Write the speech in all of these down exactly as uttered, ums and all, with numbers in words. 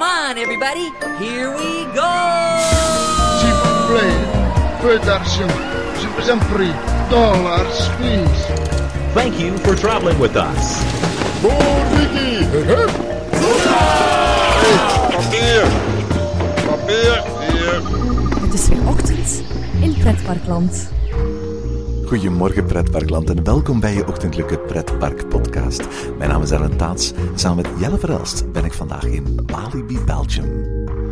Come on, everybody. Here we go. S'il vous plaît, peu d'argent. Je vous en prie. Dollars, please. Thank you for traveling with us. Voor Ricky. Papier. Papier. Hier. Het is weer ochtend in Pretparkland. Goedemorgen Pretparkland en welkom bij je ochtendelijke Pretpark podcast. Mijn naam is Ellen Taats. Samen met Jelle Verelst ben ik vandaag in Walibi, Belgium.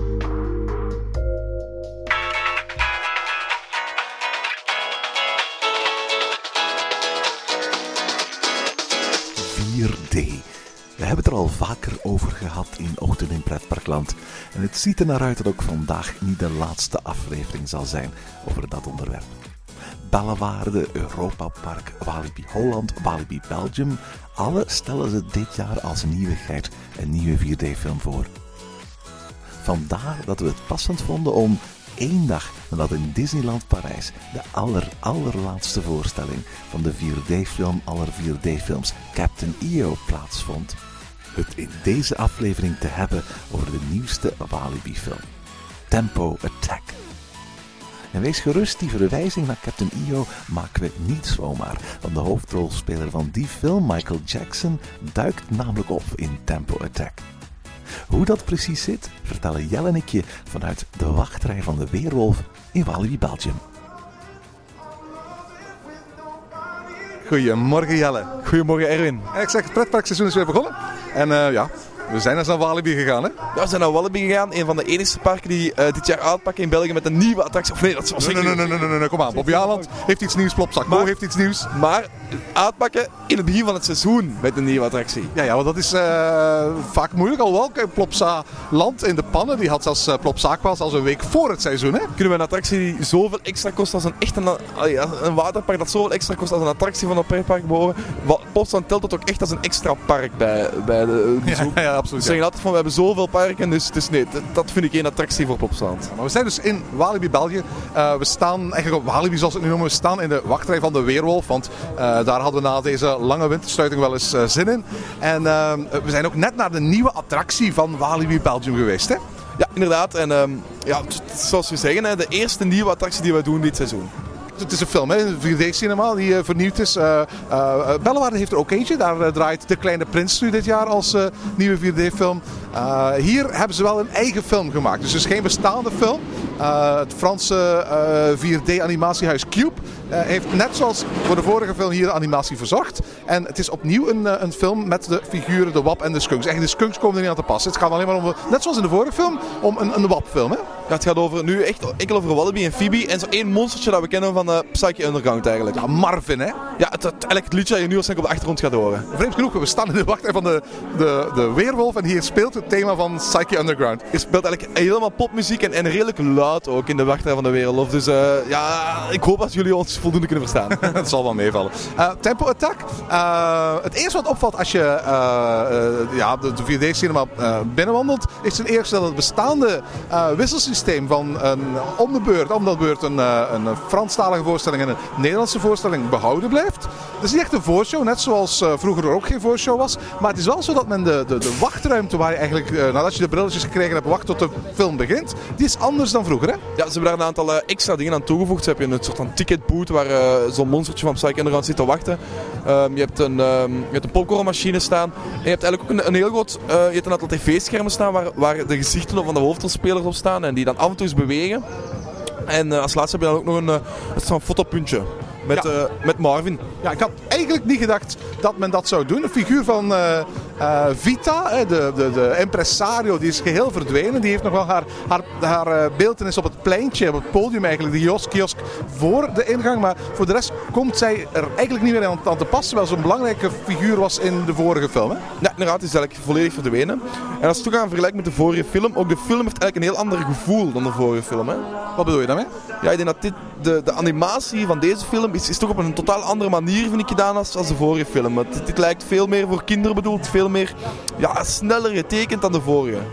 vier D. We hebben het er al vaker over gehad in Ochtend in Pretparkland. En het ziet er naar uit dat ook vandaag niet de laatste aflevering zal zijn over dat onderwerp. Bellewaarde, Europa Park, Walibi Holland, Walibi Belgium. Alle stellen ze dit jaar als nieuwigheid een nieuwe vier D-film voor. Vandaar dat we het passend vonden om één dag nadat in Disneyland Parijs de aller, allerlaatste voorstelling van de vier D-film aller vier D-films Captain E O plaatsvond, het in deze aflevering te hebben over de nieuwste Walibi-film, Tempo Attack. En wees gerust, die verwijzing naar Captain E O maken we niet zomaar, want de hoofdrolspeler van die film, Michael Jackson, duikt namelijk op in Tempo Attack. Hoe dat precies zit, vertellen Jelle en ik je vanuit de wachtrij van de Weerwolf in Walibi Belgium. Goedemorgen Jelle. Goedemorgen Erwin. En ik zeg, het pretparkseizoen is weer begonnen. En uh, ja, we zijn eens naar Walibi gegaan, hè? Ja, we zijn naar Walibi gegaan. Een van de enige parken die uh, dit jaar uitpakken in België met een nieuwe attractie. Of nee, dat was Nee, nee, nee, nee, nee, nee, kom aan. Bobby Aland heeft iets nieuws, Plopsa Co heeft iets nieuws. Maar uitpakken in het begin van het seizoen met een nieuwe attractie. Ja, ja, want dat is uh, vaak moeilijk. Alhoewel, Plopsa Land in de pannen, die had zelfs uh, Plopsa Qua als een week voor het seizoen, hè? Kunnen we een attractie die zoveel extra kost als een echt een, uh, een waterpark dat zoveel extra kost als een attractie van een pretpark behoren. Plopsa telt het ook echt als een extra park bij, bij de bezoek. Ja, ja, absoluut. Ze zeggen altijd van, we hebben zoveel parken, dus het is nee, dat, dat vind ik geen attractie voor Plopsa. Maar we zijn dus in Walibi België. Uh, we staan eigenlijk op Walibi, zoals we het nu noemen. We staan in de wachtrij van de Weerwolf, want uh, daar hadden we na deze lange wintersluiting wel eens uh, zin in. En uh, we zijn ook net naar de nieuwe attractie van Walibi Belgium geweest, hè? Ja, inderdaad. En um, ja, zoals we zeggen, hè, de eerste nieuwe attractie die we doen dit seizoen. Het is een film, hè? Een vier D-cinema die uh, vernieuwd is. Uh, uh, Bellewaarde heeft er ook eentje. Daar uh, draait De Kleine Prins nu dit jaar als uh, nieuwe vier D-film. Uh, hier hebben ze wel een eigen film gemaakt. Dus het is geen bestaande film. Uh, het Franse uh, vier D-animatiehuis Cube uh, heeft net zoals voor de vorige film hier de animatie verzorgd. En het is opnieuw een, uh, een film met de figuren de Wap en de Skunks. Eigenlijk de Skunks komen er niet aan te passen. Het gaat alleen maar om, net zoals in de vorige film, om een, een Wap-film. Hè? Ja, het gaat over, nu echt enkel over Walibi en Phoebe en zo één monstertje dat we kennen van uh, Psyche Underground eigenlijk. Ja, Marvin, hè? Ja, het, het, eigenlijk het liedje dat je nu waarschijnlijk op de achtergrond gaat horen. Vreemd genoeg, we staan in de wachtrij van de, de, de Weerwolf en hier speelt het thema van Psyche Underground. Je speelt eigenlijk helemaal popmuziek en, en redelijk luid ook in de wachtrij van de Weerwolf. Dus uh, ja, ik hoop dat jullie ons voldoende kunnen verstaan. Het zal wel meevallen. Uh, Tempo Attack. Uh, het eerste wat opvalt als je uh, uh, ja, de, de vier D-cinema uh, binnenwandelt, is ten eerste dat het bestaande uh, wisselsysteem van een om de beurt, om de beurt een, uh, een Franstalige voorstelling en een Nederlandse voorstelling behouden blijft. Het is niet echt een voorshow, net zoals uh, vroeger er ook geen voorshow was. Maar het is wel zo dat men de, de, de wachtruimte waar je eigenlijk, uh, nadat je de brilletjes gekregen hebt, wacht tot de film begint, die is anders dan vroeger, hè? Ja, ze hebben daar een aantal uh, extra dingen aan toegevoegd. Ze hebben een soort van ticketbooth waar uh, zo'n monstertje van Psyche Underground zit te wachten. Um, je hebt een, um, je hebt een popcornmachine staan. En je hebt eigenlijk ook een, een heel groot, uh, je hebt een aantal tv-schermen staan waar, waar de gezichten van de hoofdrolspelers op staan en die dan af en toe eens bewegen. En uh, als laatste heb je dan ook nog een, uh, een soort fotopuntje. Met, ja. uh, met Marvin. Ja, ik had eigenlijk niet gedacht dat men dat zou doen. Een figuur van uh, uh, Vita, uh, de, de, de impresario, die is geheel verdwenen. Die heeft nog wel haar, haar, haar uh, beeltenis op het pleintje, op het podium eigenlijk, de kiosk, kiosk voor de ingang. Maar voor de rest komt zij er eigenlijk niet meer aan, aan te passen, terwijl zo'n belangrijke figuur was in de vorige film. Hè? Ja, inderdaad, is eigenlijk volledig verdwenen. En als we het gaan vergelijken met de vorige film, ook de film heeft eigenlijk een heel ander gevoel dan de vorige film. Hè? Wat bedoel je daarmee? Ja, ik denk dat dit, de, de animatie van deze film is, is toch op een totaal andere manier, vind ik, gedaan als, als de vorige film. Het, dit lijkt veel meer voor kinderen bedoeld, veel meer ja, sneller getekend dan de vorige.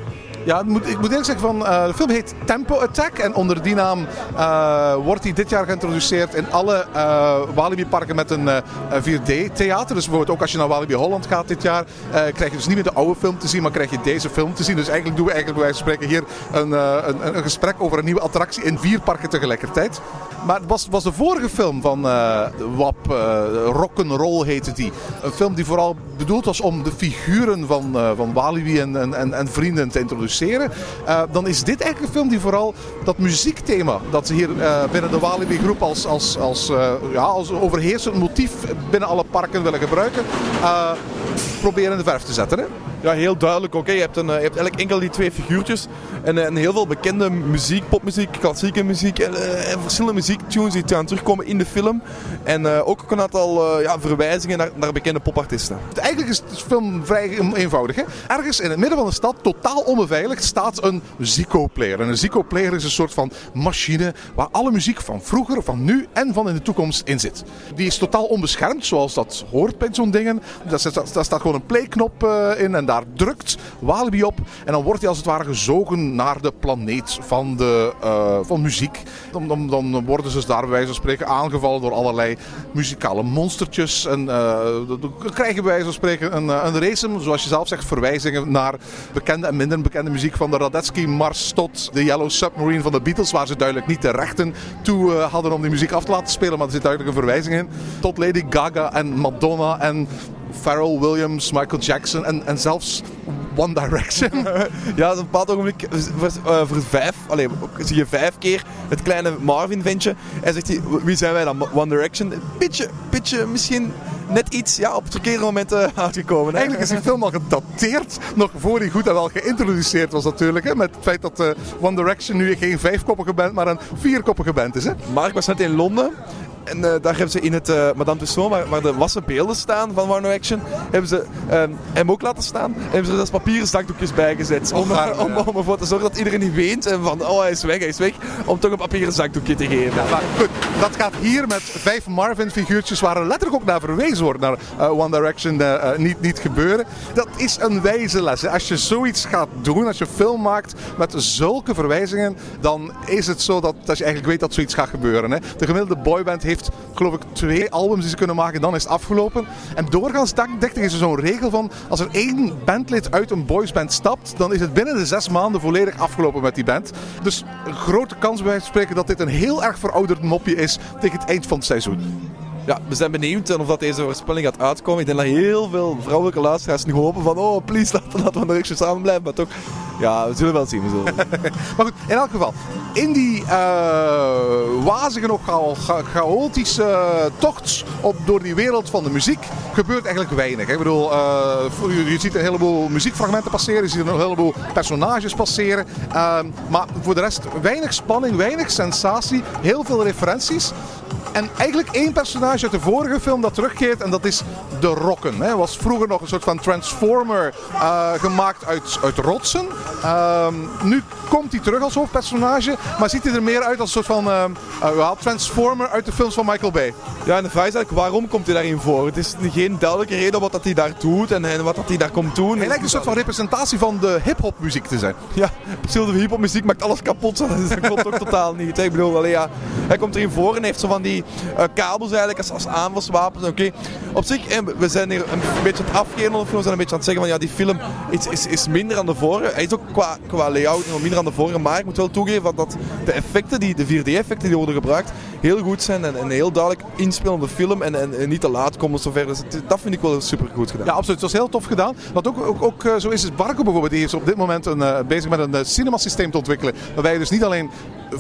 Ja, moet, ik moet eerlijk zeggen, van, uh, de film heet Tempo Attack. En onder die naam uh, wordt hij dit jaar geïntroduceerd in alle uh, Walibi-parken met een uh, vier D-theater. Dus bijvoorbeeld ook als je naar Walibi Holland gaat dit jaar, uh, krijg je dus niet meer de oude film te zien, maar krijg je deze film te zien. Dus eigenlijk doen we eigenlijk bij wijze van spreken hier een, uh, een, een gesprek over een nieuwe attractie in vier parken tegelijkertijd. Maar het was, was de vorige film van uh, W A P, uh, Rock'n'Roll heette die. Een film die vooral bedoeld was om de figuren van, uh, van Walibi en, en, en vrienden te introduceren. Uh, dan is dit eigenlijk een film die vooral dat muziekthema, dat ze hier uh, binnen de Walibi groep als, als, als, uh, ja, als overheersend motief binnen alle parken willen gebruiken, uh, proberen in de verf te zetten. Hè? Ja, heel duidelijk ook. Hè. Je hebt, een, je hebt eigenlijk enkel die twee figuurtjes en, en heel veel bekende muziek, popmuziek, klassieke muziek en, uh, en verschillende muziektunes die gaan terugkomen in de film. En uh, ook een aantal uh, ja, verwijzingen naar, naar bekende popartiesten. Eigenlijk is de film vrij eenvoudig. Hè? Ergens in het midden van de stad, totaal onbeveiligd, staat een Zico-player. En een Zico-player is een soort van machine waar alle muziek van vroeger, van nu en van in de toekomst in zit. Die is totaal onbeschermd, zoals dat hoort bij zo'n dingen. Daar staat, daar staat gewoon een playknop uh, in en daar drukt Walibi op. En dan wordt hij als het ware gezogen naar de planeet van, de, uh, van muziek. Dan, dan, dan worden ze dus daar bij wijze van spreken aangevallen door allerlei muzikale monstertjes. En uh, dan krijgen we bij wijze van spreken een, een race, zoals je zelf zegt, verwijzingen naar bekende en minder bekende muziek. Van de Radetzky-mars tot de Yellow Submarine van de Beatles, waar ze duidelijk niet de rechten toe uh, hadden om die muziek af te laten spelen, maar er zit duidelijk een verwijzing in. Tot Lady Gaga en Madonna en Pharrell Williams, Michael Jackson en, en zelfs One Direction. Ja, op een bepaald ogenblik voor, uh, voor vijf, allee, zie je vijf keer het kleine Marvin-ventje en zegt hij, wie zijn wij dan? One Direction? Beetje, beetje misschien net iets ja, op het verkeerde moment uh, uitgekomen. Hè? Eigenlijk is die film al gedateerd, nog voor hij goed en wel geïntroduceerd was natuurlijk. Hè, met het feit dat uh, One Direction nu geen vijfkoppige band, maar een vierkoppige band is. Hè? Mark was net in Londen. En uh, daar hebben ze in het uh, Madame Tussauds, waar, waar de wassen beelden staan van One Direction, hebben ze uh, hem ook laten staan. En hebben ze er dus papieren zakdoekjes bij gezet. Om, uh, om, om ervoor te zorgen dat iedereen niet weent. En van, oh hij is weg, hij is weg. Om toch een papieren zakdoekje te geven. Ja, maar goed, dat gaat hier met vijf Marvin-figuurtjes waar er letterlijk ook naar verwezen wordt. Naar uh, One Direction uh, uh, niet, niet gebeuren. Dat is een wijze les. Hè. Als je zoiets gaat doen, als je film maakt met zulke verwijzingen, dan is het zo dat, dat je eigenlijk weet dat zoiets gaat gebeuren. Hè. De gemiddelde boyband heeft geloof ik twee albums die ze kunnen maken, dan is het afgelopen. En doorgaans dachtig is er zo'n regel van, als er één bandlid uit een boysband stapt, dan is het binnen de zes maanden volledig afgelopen met die band. Dus een grote kans bij wijze van spreken dat dit een heel erg verouderd mopje is tegen het eind van het seizoen. Ja, we zijn benieuwd of dat deze voorspelling gaat uitkomen. Ik denk dat heel veel vrouwelijke luisteraars nu hopen van oh, please, laten we One Direction samen blijven. Maar toch, ja, we zullen wel zien. We zullen maar goed, in elk geval, in die uh, wazige, nog cha- chaotische uh, tocht op, door die wereld van de muziek gebeurt eigenlijk weinig. Hè. Ik bedoel, uh, je, je ziet een heleboel muziekfragmenten passeren, je ziet een heleboel personages passeren. Uh, maar voor de rest weinig spanning, weinig sensatie, heel veel referenties. En eigenlijk één personage uit de vorige film dat terugkeert en dat is de Rocken. Hij was vroeger nog een soort van Transformer uh, gemaakt uit, uit rotsen. Uh, nu komt hij terug als hoofdpersonage, maar ziet hij er meer uit als een soort van uh, uh, Transformer uit de films van Michael Bay. Ja, en de vraag is eigenlijk waarom komt hij daarin voor? Het is geen duidelijke reden wat dat hij daar doet en, en wat dat hij daar komt doen. Hij lijkt een soort van representatie van de hip-hop muziek te zijn. Ja, precies, de hip-hop muziek maakt alles kapot. Dat klopt ook totaal niet. Hè. Ik bedoel, allee, ja, hij komt erin voor en heeft zo van die uh, kabels eigenlijk als, als aanvalswapens. Oké, okay. Op zich, en we zijn hier een beetje aan het afgeven of we zijn een beetje aan het zeggen van ja, die film is, is, is minder aan de vorige. Hij is ook qua, qua layout nog minder aan de vorige, maar ik moet wel toegeven dat de effecten, die, de vier D-effecten die worden gebruikt, heel goed zijn en, en heel duidelijk inspelen op de film en, en, en niet te laat komen zover. Dus het, dat vind ik wel super goed gedaan. Ja, absoluut. Het was heel tof gedaan. Wat ook, ook, ook zo is het Barco bijvoorbeeld, die is op dit moment een, uh, bezig met een uh, cinemasysteem te ontwikkelen, waarbij je dus niet alleen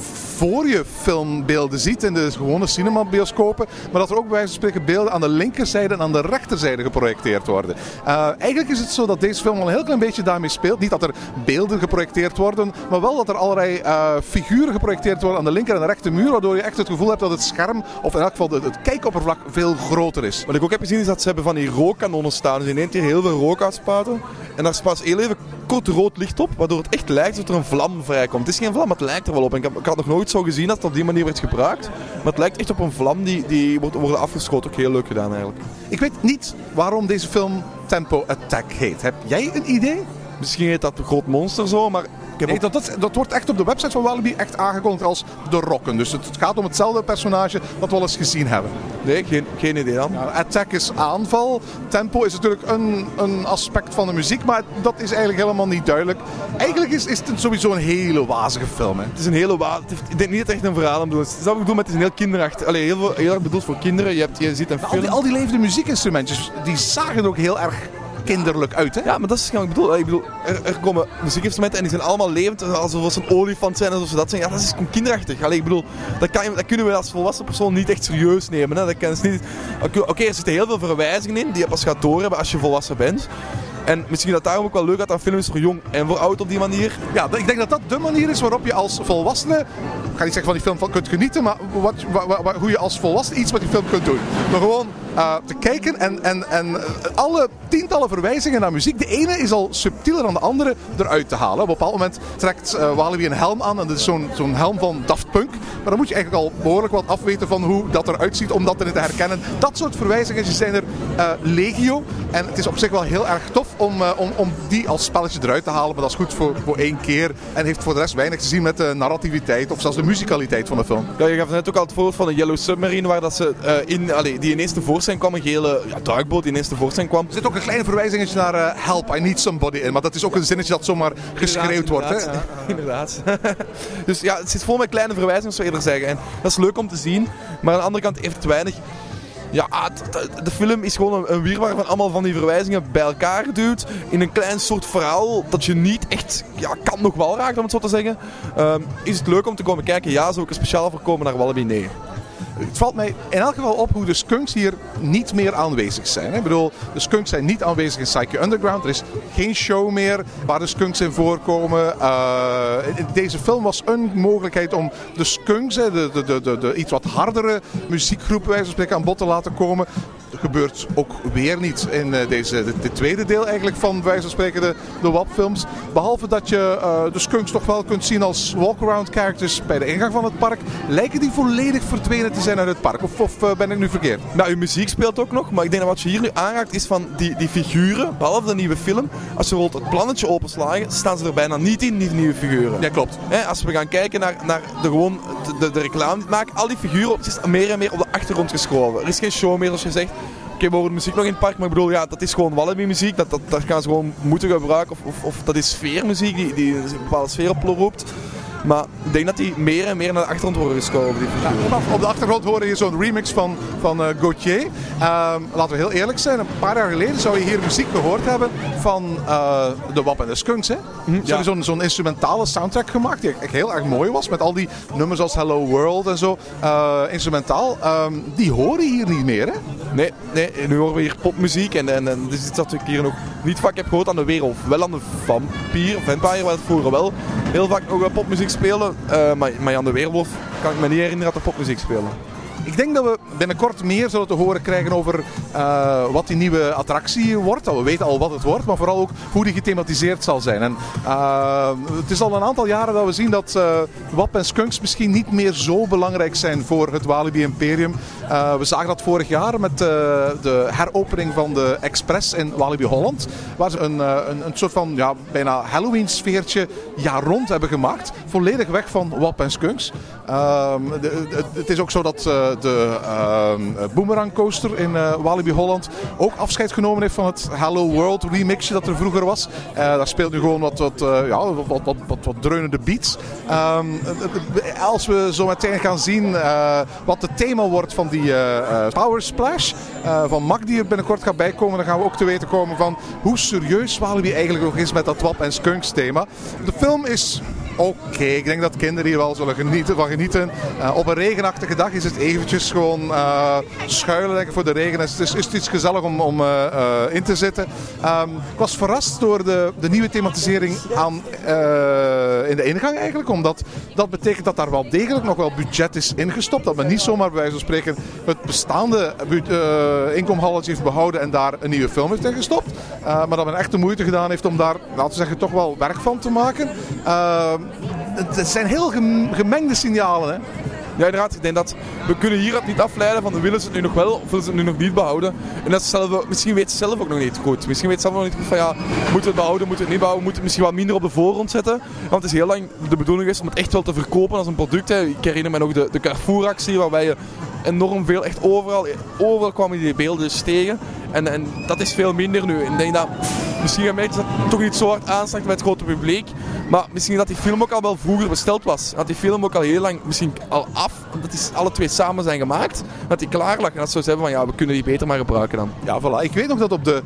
voor je filmbeelden ziet in de gewone cinemabioscopen, maar dat er ook bij wijze van spreken beelden aan de linkerzijde en aan de rechterzijde geprojecteerd worden. Uh, eigenlijk is het zo dat deze film al een heel klein beetje daarmee speelt. Niet dat er beelden geprojecteerd worden, maar wel dat er allerlei uh, figuren geprojecteerd worden aan de linker en de rechter muur, waardoor je echt het gevoel hebt dat het scherm, of in elk geval het, het kijkoppervlak, veel groter is. Wat ik ook heb gezien is dat ze hebben van die rookkanonnen staan. Dus je neemt hier heel veel rook uitspuiten en daar spuit heel even kort rood licht op, waardoor het echt lijkt alsof er een vlam vrijkomt. Het is geen vlam, maar het lijkt er wel op. En ik, heb, ik had nog nooit zo gezien dat het op die manier werd gebruikt. Maar het lijkt echt op een vlam die, die wordt worden afgeschoten. Ook heel leuk gedaan eigenlijk. Ik weet niet waarom deze film Tempo Attack heet. Heb jij een idee? Misschien heet dat een groot monster zo, maar... Ik heb Nee, ook... dat, dat, dat wordt echt op de website van Walibi echt aangekondigd als de Rocken. Dus het, het gaat om hetzelfde personage dat we al eens gezien hebben. Nee, geen, geen idee dan. Ja, attack is aanval. Tempo is natuurlijk een, een aspect van de muziek, maar dat is eigenlijk helemaal niet duidelijk. Eigenlijk is, is het sowieso een hele wazige film. Hè. Het is een hele wa... Ik denk niet dat het echt een verhaal aan bedoeld is. Dat is wat ik bedoel, maar het is een heel kinderachtig... Allee, heel, heel erg bedoeld voor kinderen. Je, hebt, je ziet een Al film... die, al die levende muziekinstrumentjes, die zagen er ook heel erg kinderlijk uit. Hè? Ja, maar dat is wat ik bedoel. Ik bedoel, er, er komen muziekinstrumenten en die zijn allemaal levend, alsof ze een olifant zijn, alsof ze dat zijn. Ja, dat is gewoon kinderachtig. Allee, ik bedoel, dat, kan je, dat kunnen we als volwassen persoon niet echt serieus nemen. Hè. Dat kan, is niet... Oké, okay, er zitten heel veel verwijzingen in die je pas gaat doorhebben als je volwassen bent. En misschien dat daarom ook wel leuk dat een film is voor jong en voor oud op die manier. Ja, ik denk dat dat de manier is waarop je als volwassene, ik ga niet zeggen van die film van kunt genieten, maar wat, wat, wat, hoe je als volwassene iets met die film kunt doen. Door gewoon uh, te kijken en, en, en alle tientallen verwijzingen naar muziek, de ene is al subtieler dan de andere, eruit te halen. Op een bepaald moment trekt uh, Walibi een helm aan en dat is zo'n, zo'n helm van Daft Punk. Maar dan moet je eigenlijk al behoorlijk wat afweten van hoe dat eruit ziet om dat te herkennen. Dat soort verwijzingen zijn er uh, legio en het is op zich wel heel erg tof Om, uh, om, om die als spelletje eruit te halen. Maar dat is goed voor, voor één keer. En heeft voor de rest weinig te zien met de narrativiteit of zelfs de muzikaliteit van de film. Ja, je gaf net ook al het voorbeeld van een Yellow Submarine waar dat ze uh, in, allee, die ineens tevoorschijn kwam. Een gele ja, duikboot die ineens tevoorschijn kwam. Er zit ook een klein verwijzingetje naar uh, Help, I Need Somebody in. Maar dat is ook een zinnetje dat zomaar geschreeuwd wordt. Hè? Ja, inderdaad. Dus ja, het zit vol met kleine verwijzingen, zou je eerder zeggen. En dat is leuk om te zien. Maar aan de andere kant heeft het weinig... Ja, de film is gewoon een wirwar van allemaal van die verwijzingen bij elkaar geduwd. In een klein soort verhaal dat je niet echt ja, kan nog wel raakt, om het zo te zeggen. Um, is het leuk om te komen kijken? Ja, zou ik er speciaal voor komen naar Walibi? Nee. Het valt mij in elk geval op hoe de skunks hier niet meer aanwezig zijn. Ik bedoel, de skunks zijn niet aanwezig in Psyche Underground. Er is geen show meer waar de skunks in voorkomen. Uh, deze film was een mogelijkheid om de skunks, de, de, de, de, de iets wat hardere muziekgroepen wijze van spreken, aan bod te laten komen. Dat gebeurt ook weer niet in uh, deze, de, de tweede deel eigenlijk van wijze van spreken de, de W A P-films. Behalve dat je uh, de skunks toch wel kunt zien als walk-around characters bij de ingang van het park. Lijken die volledig verdwenen te zijn uit het park? Of, of uh, ben ik nu verkeerd? Nou, uw muziek speelt ook nog, maar ik denk dat wat je hier nu aanraakt is van die, die figuren, behalve de nieuwe film. Als je rolt het plannetje openslagen, staan ze er bijna niet in, die nieuwe figuren. Ja, klopt. He, als we gaan kijken naar, naar de, gewoon, de, de, de reclame die het maakt, al die figuren is meer en meer op de achtergrond geschoven. Er is geen show meer, zoals je zegt. Oké, okay, we horen de muziek nog in het park, maar ik bedoel, ja, dat is gewoon Walibi-muziek. Dat, dat, dat gaan ze gewoon moeten gebruiken. Of, of, of dat is sfeermuziek, die, die een bepaalde sfeer oproept. Maar ik denk dat die meer en meer naar de achtergrond worden geschoven. Die ja, op de achtergrond horen je zo'n remix van, van uh, Gauthier. Um, laten we heel eerlijk zijn, een paar jaar geleden zou je hier muziek gehoord hebben van uh, de W A P en de Skunks. Hè? Mm-hmm. Ze ja. hebben zo'n, zo'n instrumentale soundtrack gemaakt die echt heel erg mooi was. Met al die nummers als Hello World en zo. Uh, instrumentaal. Um, die horen hier niet meer, hè? Nee, nee, nu horen we hier popmuziek. En, en, en dit is iets dat ik hier nog niet vaak heb gehoord aan de wereld. Wel aan de Vampire, Vampire, waar het vroeger wel heel vaak nog popmuziek spelen. Uh, maar, maar aan de Weerwolf kan ik me niet herinneren dat er popmuziek spelen. Ik denk dat we binnenkort meer zullen te horen krijgen over uh, wat die nieuwe attractie wordt. We weten al wat het wordt, maar vooral ook hoe die gethematiseerd zal zijn. En, uh, het is al een aantal jaren dat we zien dat uh, W A P en Skunks misschien niet meer zo belangrijk zijn voor het Walibi Imperium. Uh, we zagen dat vorig jaar met uh, de heropening van de Express in Walibi Holland. Waar ze een, uh, een, een soort van ja, bijna Halloween sfeertje jaar rond hebben gemaakt. Volledig weg van W A P en Skunks. Uh, de, de, het is ook zo dat uh, de uh, Boomerang Coaster in uh, Walibi Holland ook afscheid genomen heeft van het Hello World remixje dat er vroeger was. Uh, daar speelt nu gewoon wat, wat, uh, ja, wat, wat, wat, wat dreunende beats. Um, als we zo meteen gaan zien uh, wat het thema wordt van die uh, Power Splash uh, van Mack die er binnenkort gaat bijkomen, dan gaan we ook te weten komen van hoe serieus Walibi eigenlijk nog is met dat W A P en Skunks thema. De film is... Oké, okay, ik denk dat kinderen hier wel zullen genieten, van genieten. Uh, op een regenachtige dag is het eventjes gewoon uh, schuilen denk ik, voor de regen. Het is, is het iets gezellig om, om uh, uh, in te zitten. Um, ik was verrast door de, de nieuwe thematisering aan, uh, in de ingang eigenlijk. Omdat dat betekent dat daar wel degelijk nog wel budget is ingestopt. Dat men niet zomaar bij wijze van spreken het bestaande uh, inkomhalletje heeft behouden en daar een nieuwe film heeft ingestopt. Uh, maar dat men echt de moeite gedaan heeft om daar, laten we zeggen, toch wel werk van te maken. Uh, Het zijn heel gemengde signalen. Hè? Ja, inderdaad. Ik denk dat we kunnen hier het niet afleiden van willen ze het nu nog wel of willen ze het nu nog niet behouden. En dat is zelf, misschien weet ze zelf ook nog niet goed. Misschien weet ze zelf nog niet goed van ja, moeten we het behouden, moeten we het niet behouden, moeten we het misschien wat minder op de voorgrond zetten. Want het is heel lang de bedoeling geweest om het echt wel te verkopen als een product. Hè. Ik herinner me nog de, de Carrefour-actie waarbij je enorm veel, echt overal, overal kwamen die beelden dus tegen. En, en dat is veel minder nu. En ik denk dat misschien gemerkt dat het toch niet zo hard aanslaat bij het grote publiek. Maar misschien dat die film ook al wel vroeger besteld was. Dat die film ook al heel lang, misschien al af, dat die alle twee samen zijn gemaakt. Dat die klaar lag en dat ze hebben van ja, we kunnen die beter maar gebruiken dan. Ja, voilà. Ik weet nog dat op, de,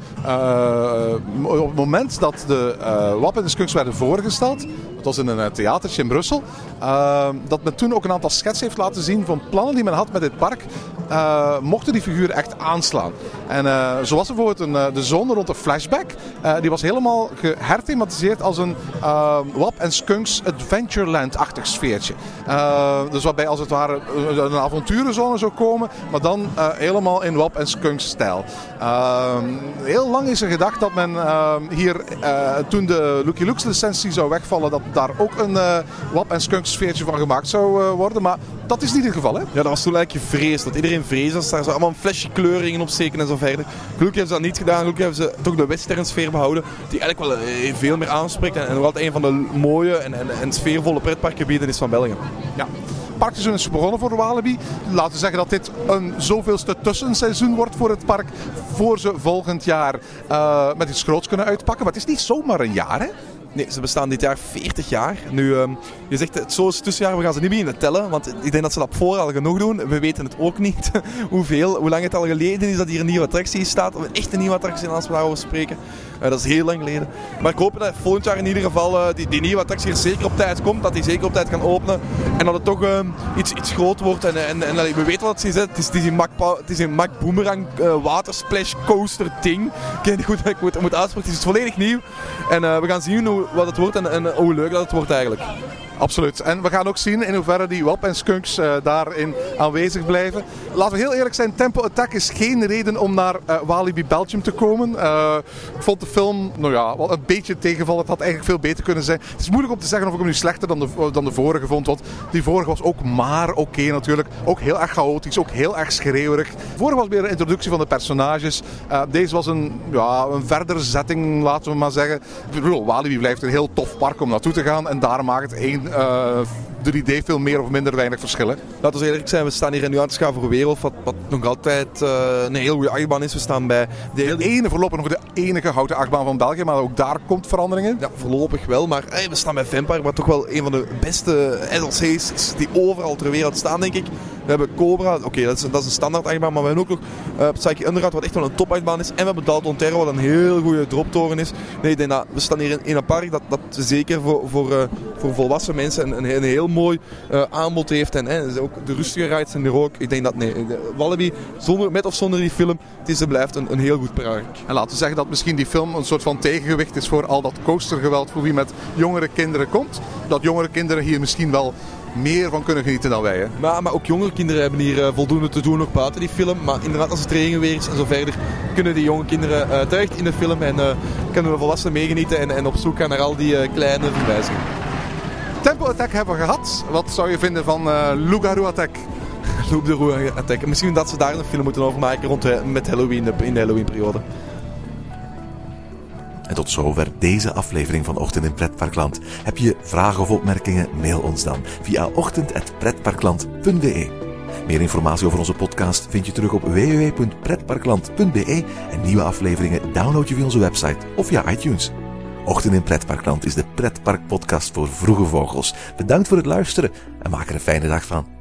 uh, op het moment dat de uh, W A P en de Skunks werden voorgesteld, dat was in een uh, theatertje in Brussel, uh, dat men toen ook een aantal schetsen heeft laten zien van plannen die men had met dit park, uh, mochten die figuren echt aanslaan. En uh, zo was er bijvoorbeeld een, uh, de zone rond de flashback, uh, die was helemaal geherthematiseerd als een uh, W A P en Skunks Adventureland-achtig sfeertje. Uh, dus waarbij als het ware een avonturenzone zou komen, maar dan uh, helemaal in W A P en Skunks stijl. Uh, heel lang is er gedacht dat men uh, hier, uh, toen de Lucky Luke's licentie zou wegvallen, dat daar ook een uh, W A P en Skunks sfeertje van gemaakt zou uh, worden, maar dat is niet het geval, hè? Ja, dat was toen eigenlijk gevreesd. Dat iedereen vreesde. Dat daar zo allemaal een flesje kleuringen op steken en zo verder. Gelukkig hebben ze dat niet gedaan. Gelukkig hebben ze toch de western sfeer behouden. Die eigenlijk wel uh, veel meer aanspreekt. En, en nog altijd een van de mooie en, en, en sfeervolle pretparkgebieden is van België. Ja. Het parkseizoen is begonnen voor de Walibi. Laten we zeggen dat dit een zoveelste tussenseizoen wordt voor het park. Voor ze volgend jaar uh, met iets groots kunnen uitpakken. Maar het is niet zomaar een jaar, hè? Nee, ze bestaan dit jaar veertig jaar. Nu, um, je zegt het zo is het tussenjaar, we gaan ze niet beginnen tellen. Want ik denk dat ze dat voor al genoeg doen. We weten het ook niet hoeveel, hoe lang het al geleden is dat hier een nieuwe attractie staat. Of een echte nieuwe attractie als we daarover spreken. Uh, dat is heel lang geleden. Maar ik hoop dat volgend jaar in ieder geval uh, die, die nieuwe attractie er zeker op tijd komt. Dat die zeker op tijd kan openen. En dat het toch uh, iets, iets groot wordt. En, en, en, en we weten wat het is. Hè. Het is, het is een Mac, het is een Mac Boomerang uh, watersplash coaster ding. Ik weet niet goed hoe ik moet, moet uitspreken. Het is volledig nieuw. En uh, we gaan zien hoe, wat het wordt en, en hoe leuk dat het wordt eigenlijk. Absoluut. En we gaan ook zien in hoeverre die W A P en Skunks uh, daarin aanwezig blijven. Laten we heel eerlijk zijn, Tempo Attack is geen reden om naar uh, Walibi Belgium te komen. Uh, ik vond de film, nou ja, wel een beetje tegenvallen. Het had eigenlijk veel beter kunnen zijn. Het is moeilijk om te zeggen of ik hem nu slechter dan de, dan de vorige vond. Want die vorige was ook maar oké okay, natuurlijk. Ook heel erg chaotisch, ook heel erg schreeuwerig. De vorige was meer een introductie van de personages. Uh, deze was een, ja, een verdere zetting, laten we maar zeggen. Ik bedoel, Walibi blijft een heel tof park om naartoe te gaan. En daar maakt het één Uh, drie D-film meer of minder weinig verschillen. Laten we eerlijk zijn, we staan hier nu aan het gaan voor Wereld, wat, wat nog altijd uh, een heel goede achtbaan is. We staan bij de, de ene voorlopig nog de enige houten achtbaan van België, maar ook daar komt verandering in. Ja, voorlopig wel, maar hey, we staan bij Vampire, wat toch wel een van de beste L C's is die overal ter wereld staan, denk ik. We hebben Cobra, oké, okay, dat, is, dat is een standaard achtbaan, maar we hebben ook nog uh, Psyche Underground, wat echt wel een topachtbaan is. En we hebben Dalton Terror, wat een heel goede droptoren is. Nee, ik denk dat we staan hier in, in een park dat, dat zeker voor, voor, uh, voor volwassen mensen een, een, een heel mooi uh, aanbod heeft. En uh, ook de rustige rides zijn er ook. Ik denk dat, nee, de Walibi, zonder, met of zonder die film, het is en blijft een, een heel goed park. En laten we zeggen dat misschien die film een soort van tegengewicht is voor al dat coastergeweld voor wie met jongere kinderen komt. Dat jongere kinderen hier misschien wel meer van kunnen genieten dan wij. Hè? Maar, maar ook jongere kinderen hebben hier uh, voldoende te doen nog buiten die film. Maar inderdaad, als het regenweer is en zo verder, kunnen die jonge kinderen uh, terecht in de film en uh, kunnen de volwassenen meegenieten en, en op zoek gaan naar al die uh, kleine verwijzingen. Tempo Attack hebben we gehad. Wat zou je vinden van uh, Loup-Garou Attack? Loup-Garou Attack. Misschien dat ze daar een film moeten over maken rond, met Halloween, in de Halloween-periode. En tot zover deze aflevering van Ochtend in Pretparkland. Heb je vragen of opmerkingen? Mail ons dan via ochtend apenstaartje pretparkland punt b e. Meer informatie over onze podcast vind je terug op w w w punt pretparkland punt b e en nieuwe afleveringen download je via onze website of via iTunes. Ochtend in Pretparkland is de pretparkpodcast voor vroege vogels. Bedankt voor het luisteren en maak er een fijne dag van.